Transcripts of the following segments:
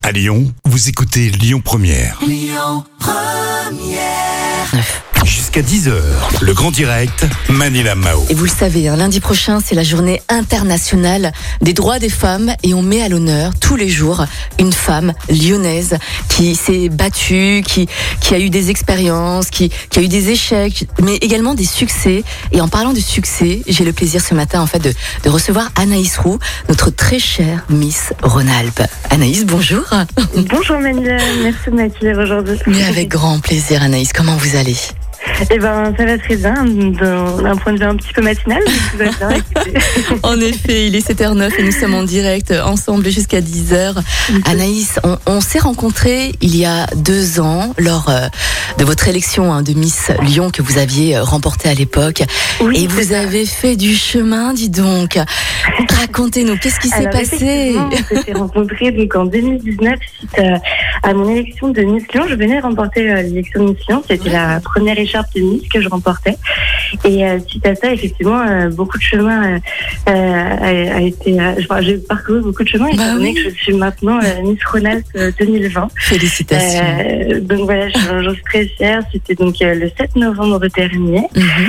À Lyon, vous écoutez Lyon Première. Lyon Première. Jusqu'à 10h, le grand direct, Manila Mao. Et vous le savez, lundi prochain, c'est la journée internationale des droits des femmes et on met à l'honneur tous les jours une femme lyonnaise qui s'est battue, qui a eu des expériences, qui a eu des échecs, mais également des succès. Et en parlant de succès, j'ai le plaisir ce matin de recevoir Anaïs Roux, notre très chère Miss Rhône-Alpes. Anaïs, bonjour. Bonjour Manila, merci de m'accueillir aujourd'hui. Mais avec grand plaisir Anaïs, comment vous allez ? Eh ben, ça va très bien, d'un point de vue un petit peu matinal, mais tout va bien, écoutez. En effet, il est 7h09 et nous sommes en direct ensemble jusqu'à 10h. Anaïs, on s'est rencontrés il y a 2 ans lors de votre élection de Miss Lyon que vous aviez remportée à l'époque. Oui, et vous avez fait du chemin, dis donc. Racontez-nous, qu'est-ce qui s'est passé ? On s'est rencontrés donc, en 2019 suite à mon élection de Miss Lyon. Je venais de remporter l'élection de Miss Lyon, c'était la première écharpe de Miss que je remportais. Et suite à ça, effectivement, beaucoup de chemin a été... j'ai parcouru beaucoup de chemin, étant donné que je suis maintenant Miss Rhône-Alpes 2020. Félicitations. Donc voilà, j'en suis très fière. C'était donc le 7 novembre dernier.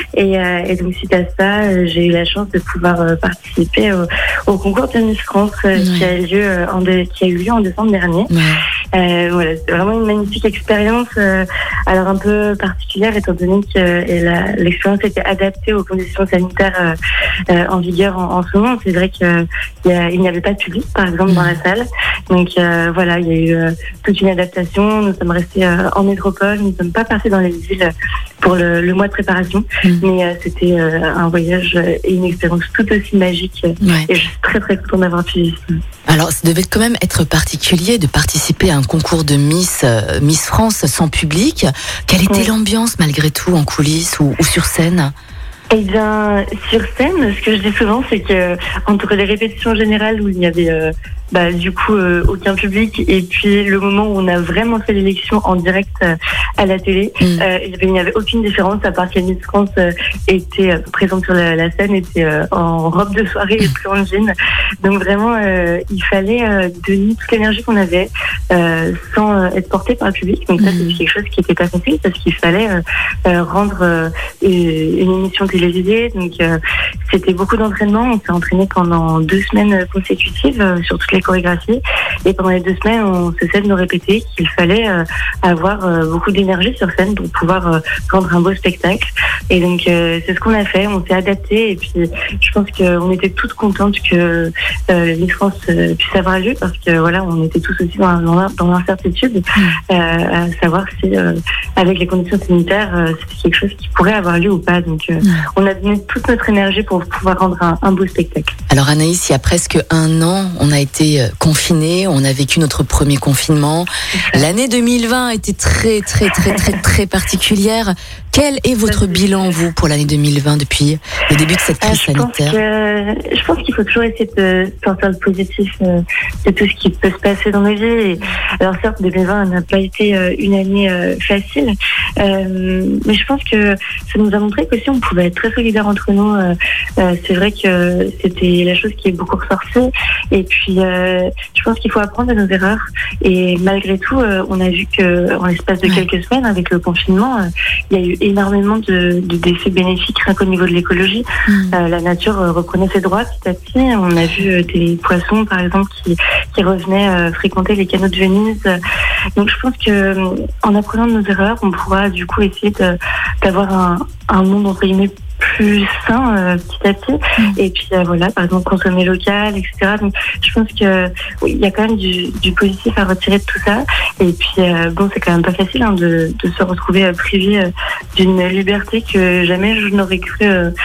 Et donc suite à ça, j'ai eu la chance de pouvoir participer au concours de Miss France qui a eu lieu en décembre dernier. Voilà, c'était vraiment une magnifique expérience, alors un peu particulière étant donné que l'expérience était adaptée aux conditions sanitaires en vigueur en ce moment. C'est vrai qu'il n'y avait pas de public, par exemple, dans la salle. Donc voilà, il y a eu toute une adaptation. Nous sommes restés en métropole, nous ne sommes pas passés dans les villes pour le mois de préparation. Mais c'était un voyage et une expérience tout aussi magique. Et je suis très très contente d'avoir pu vivre ça. Alors, ça devait quand même être particulier de participer à un concours de Miss France sans public. Quelle était l'ambiance malgré tout en coulisses ou sur scène ? Eh bien, sur scène, ce que je dis souvent, c'est que entre les répétitions générales où il y avait aucun public et puis le moment où on a vraiment fait l'élection en direct à la télé, il n'y avait aucune différence à part que Miss France était présente sur la scène, était en robe de soirée et plus en jean. Donc vraiment, il fallait donner toute l'énergie qu'on avait sans être porté par le public. Donc ça, c'est quelque chose qui n'était pas facile parce qu'il fallait rendre une émission télévisée. Donc c'était beaucoup d'entraînement. On s'est entraîné pendant 2 semaines consécutives sur toutes les chorégraphies. Et pendant les 2 semaines, on cessait de nous répéter qu'il fallait avoir beaucoup d'énergie sur scène pour pouvoir rendre un beau spectacle. Et donc c'est ce qu'on a fait. On s'est adapté et puis je pense qu'on était toutes contentes que Miss France puisse avoir lieu parce que voilà, on était tous aussi dans l'incertitude à savoir si avec les conditions sanitaires c'était quelque chose qui pourrait avoir lieu ou pas. Donc on a donné toute notre énergie pour pouvoir rendre un beau spectacle. Alors Anaïs, il y a presque 1 an, on a été confinés, on a vécu notre premier confinement. L'année 2020 a été très très très très très particulière. Quel est votre bilan, vous, pour l'année 2020 depuis le début de cette crise sanitaire ? Je pense qu'il faut toujours essayer de sortir le positif de tout ce qui peut se passer dans nos vies. Et, alors certes, 2020 n'a pas été une année facile, mais je pense que ça nous a montré qu'aussi on pouvait être très solidaires entre nous. C'est vrai que c'était la chose qui est beaucoup ressortie. Et puis, je pense qu'il faut apprendre de nos erreurs. Et malgré tout, on a vu qu'en l'espace de quelques semaines, avec le confinement, il y a eu énormément d'effets bénéfiques rien qu'au niveau de l'écologie. La nature reprenait ses droits petit à petit. On a vu des poissons, par exemple, qui revenaient fréquenter les canaux de Venise. Donc je pense que en apprenant de nos erreurs, on pourra du coup essayer d'avoir un monde entre guillemets plus sain petit à petit. Et puis voilà, par exemple consommer local, etc. Donc je pense que oui, il y a quand même du positif à retirer de tout ça. Et puis bon, c'est quand même pas facile de se retrouver privé d'une liberté que jamais je n'aurais cru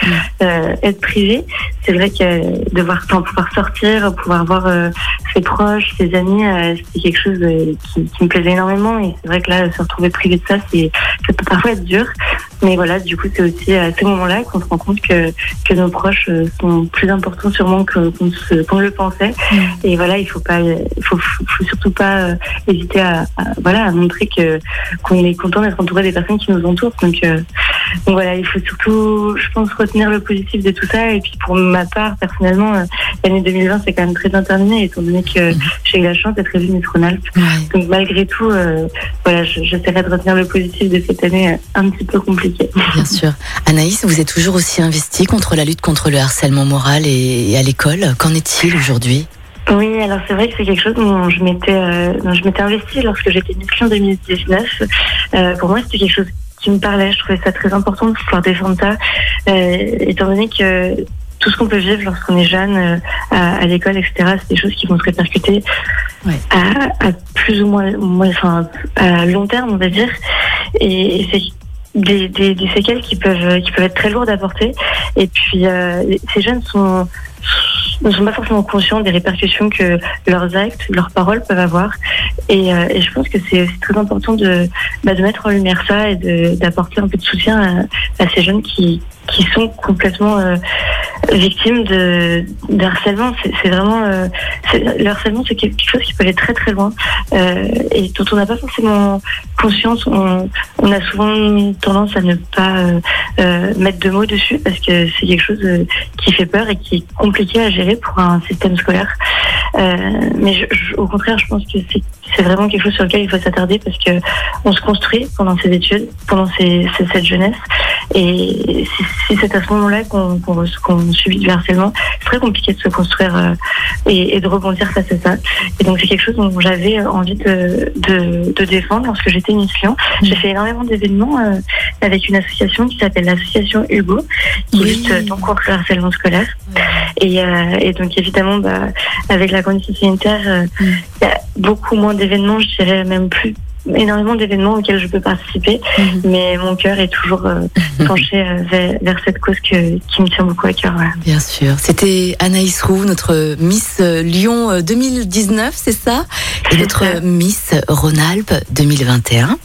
être privée. C'est vrai que devoir pouvoir sortir, pouvoir voir ses proches, ses amis, c'est quelque chose qui me plaisait énormément. Et c'est vrai que là, se retrouver privé de ça, ça peut parfois être dur. Mais voilà, du coup, c'est aussi à ce moment-là qu'on se rend compte que nos proches sont plus importants sûrement qu'on le pensait. Et voilà, il faut surtout pas hésiter à montrer qu'on est content d'être entouré des personnes qui nous entourent. Donc voilà, il faut surtout, je pense, retenir le positif de tout ça. Et puis pour ma part, personnellement, l'année 2020, c'est quand même très déterminé, étant donné que j'ai eu la chance d'être élue Miss Rhône-Alpes. Donc malgré tout, j'essaierai de retenir le positif de cette année un petit peu compliquée. Bien sûr. Anaïs, vous êtes toujours aussi investie contre la lutte contre le harcèlement moral et à l'école. Qu'en est-il aujourd'hui ? Oui, alors c'est vrai que c'est quelque chose dont je m'étais investie lorsque j'étais Miss en 2019. Pour moi, c'était quelque chose qui me parlait. Je trouvais ça très important de pouvoir défendre ça, étant donné que tout ce qu'on peut vivre lorsqu'on est jeune, à l'école, etc., c'est des choses qui vont se répercuter à plus ou moins, à long terme, on va dire. Et c'est des séquelles qui peuvent être très lourdes à porter. Et puis, ces jeunes ne sont pas forcément conscients des répercussions que leurs actes, leurs paroles peuvent avoir. Et je pense que c'est très important de mettre en lumière ça et d'apporter un peu de soutien à ces jeunes qui sont complètement victimes de harcèlement. C'est vraiment le harcèlement, c'est quelque chose qui peut aller très très loin et dont on n'a pas forcément conscience. On a souvent tendance à ne pas mettre de mots dessus parce que c'est quelque chose qui fait peur et qui est compliqué à gérer pour un système scolaire. Mais au contraire, je pense que c'est vraiment quelque chose sur lequel il faut s'attarder parce que on se construit pendant ses études, pendant cette jeunesse. Et si c'est à ce moment-là qu'on subit du harcèlement, c'est très compliqué de se construire et de rebondir face à ça. Et donc c'est quelque chose dont j'avais envie de défendre lorsque j'étais Miss Lyon. J'ai fait énormément d'événements avec une association qui s'appelle l'association Hugo, qui lutte contre le harcèlement scolaire. Et donc évidemment, avec la condition sanitaire, il y a beaucoup moins d'événements, je dirais même plus énormément d'événements auxquels je peux participer, mais mon cœur est toujours penché vers cette cause qui me tient beaucoup à cœur. Voilà. Bien sûr. C'était Anaïs Roux, notre Miss Lyon 2019, c'est ça ? Et notre Miss Rhône-Alpes 2021.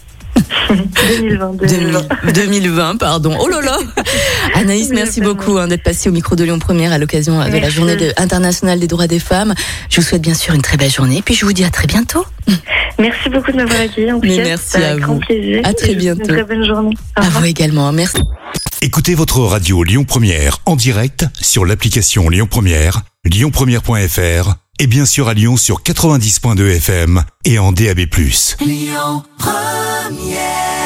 2020, pardon. Oh là là. Anaïs, merci beaucoup d'être passée au micro de Lyon Première à l'occasion de la journée internationale des droits des femmes. Je vous souhaite bien sûr une très belle journée, puis je vous dis à très bientôt. Merci beaucoup de m'avoir accueilli. Merci à vous. Grand plaisir. À très bientôt. Une très bonne journée. À vous également. Merci. Écoutez votre radio Lyon Première en direct sur l'application Lyon Première, lyonpremière.fr et bien sûr à Lyon sur 90.2 FM et en DAB+. Lyon Première.